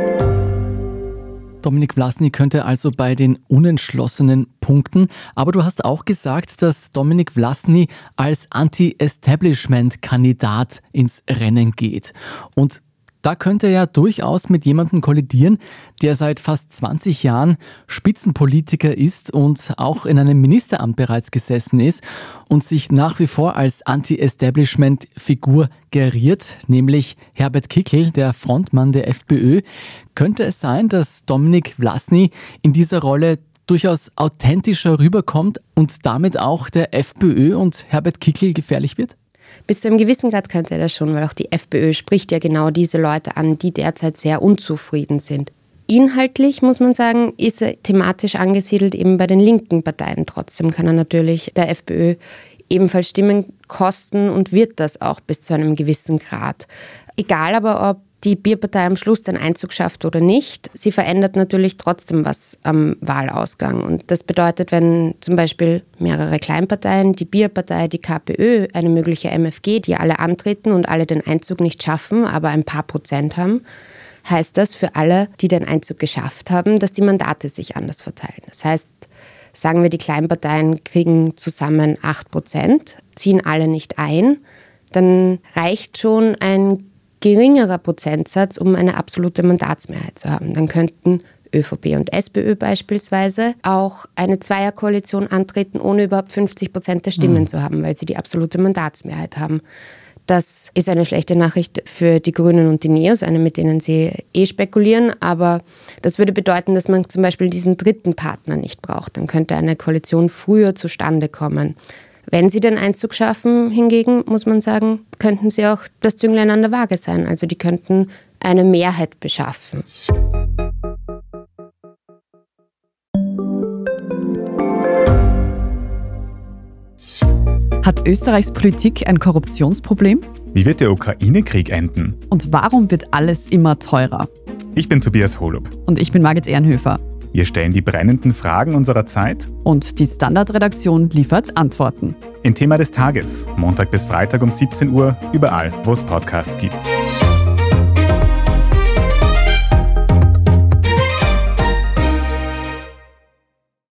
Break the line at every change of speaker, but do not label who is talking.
Dominik Vlasny könnte also bei den Unentschlossenen punkten. Aber du hast auch gesagt, dass Dominik Vlasny als Anti-Establishment-Kandidat ins Rennen geht. Und da könnte er ja durchaus mit jemandem kollidieren, der seit fast 20 Jahren Spitzenpolitiker ist und auch in einem Ministeramt bereits gesessen ist und sich nach wie vor als Anti-Establishment-Figur geriert, nämlich Herbert Kickl, der Frontmann der FPÖ. Könnte es sein, dass Dominik Vlasny in dieser Rolle durchaus authentischer rüberkommt und damit auch der FPÖ und Herbert Kickl gefährlich wird?
Bis zu einem gewissen Grad könnte er das schon, weil auch die FPÖ spricht ja genau diese Leute an, die derzeit sehr unzufrieden sind. Inhaltlich, muss man sagen, ist er thematisch angesiedelt eben bei den linken Parteien. Trotzdem kann er natürlich der FPÖ ebenfalls Stimmen kosten und wird das auch bis zu einem gewissen Grad. Egal aber, ob die Bierpartei am Schluss den Einzug schafft oder nicht, sie verändert natürlich trotzdem was am Wahlausgang. Und das bedeutet, wenn zum Beispiel mehrere Kleinparteien, die Bierpartei, die KPÖ, eine mögliche MFG, die alle antreten und alle den Einzug nicht schaffen, aber ein paar Prozent haben, heißt das für alle, die den Einzug geschafft haben, dass die Mandate sich anders verteilen. Das heißt, sagen wir, die Kleinparteien kriegen zusammen 8%, ziehen alle nicht ein, dann reicht schon ein geringerer Prozentsatz, um eine absolute Mandatsmehrheit zu haben. Dann könnten ÖVP und SPÖ beispielsweise auch eine Zweierkoalition antreten, ohne überhaupt 50% der Stimmen zu haben, weil sie die absolute Mandatsmehrheit haben. Das ist eine schlechte Nachricht für die Grünen und die Neos, eine, mit denen sie spekulieren. Aber das würde bedeuten, dass man zum Beispiel diesen dritten Partner nicht braucht. Dann könnte eine Koalition früher zustande kommen. Wenn sie den Einzug schaffen, hingegen, muss man sagen, könnten sie auch das Zünglein an der Waage sein. Also die könnten eine Mehrheit beschaffen.
Hat Österreichs Politik ein Korruptionsproblem?
Wie wird der Ukraine-Krieg enden?
Und warum wird alles immer teurer?
Ich bin Tobias Holub.
Und ich bin Margit Ehrenhöfer.
Wir stellen die brennenden Fragen unserer Zeit.
Und die Standardredaktion liefert Antworten.
In Thema des Tages, Montag bis Freitag um 17 Uhr, überall, wo es Podcasts gibt.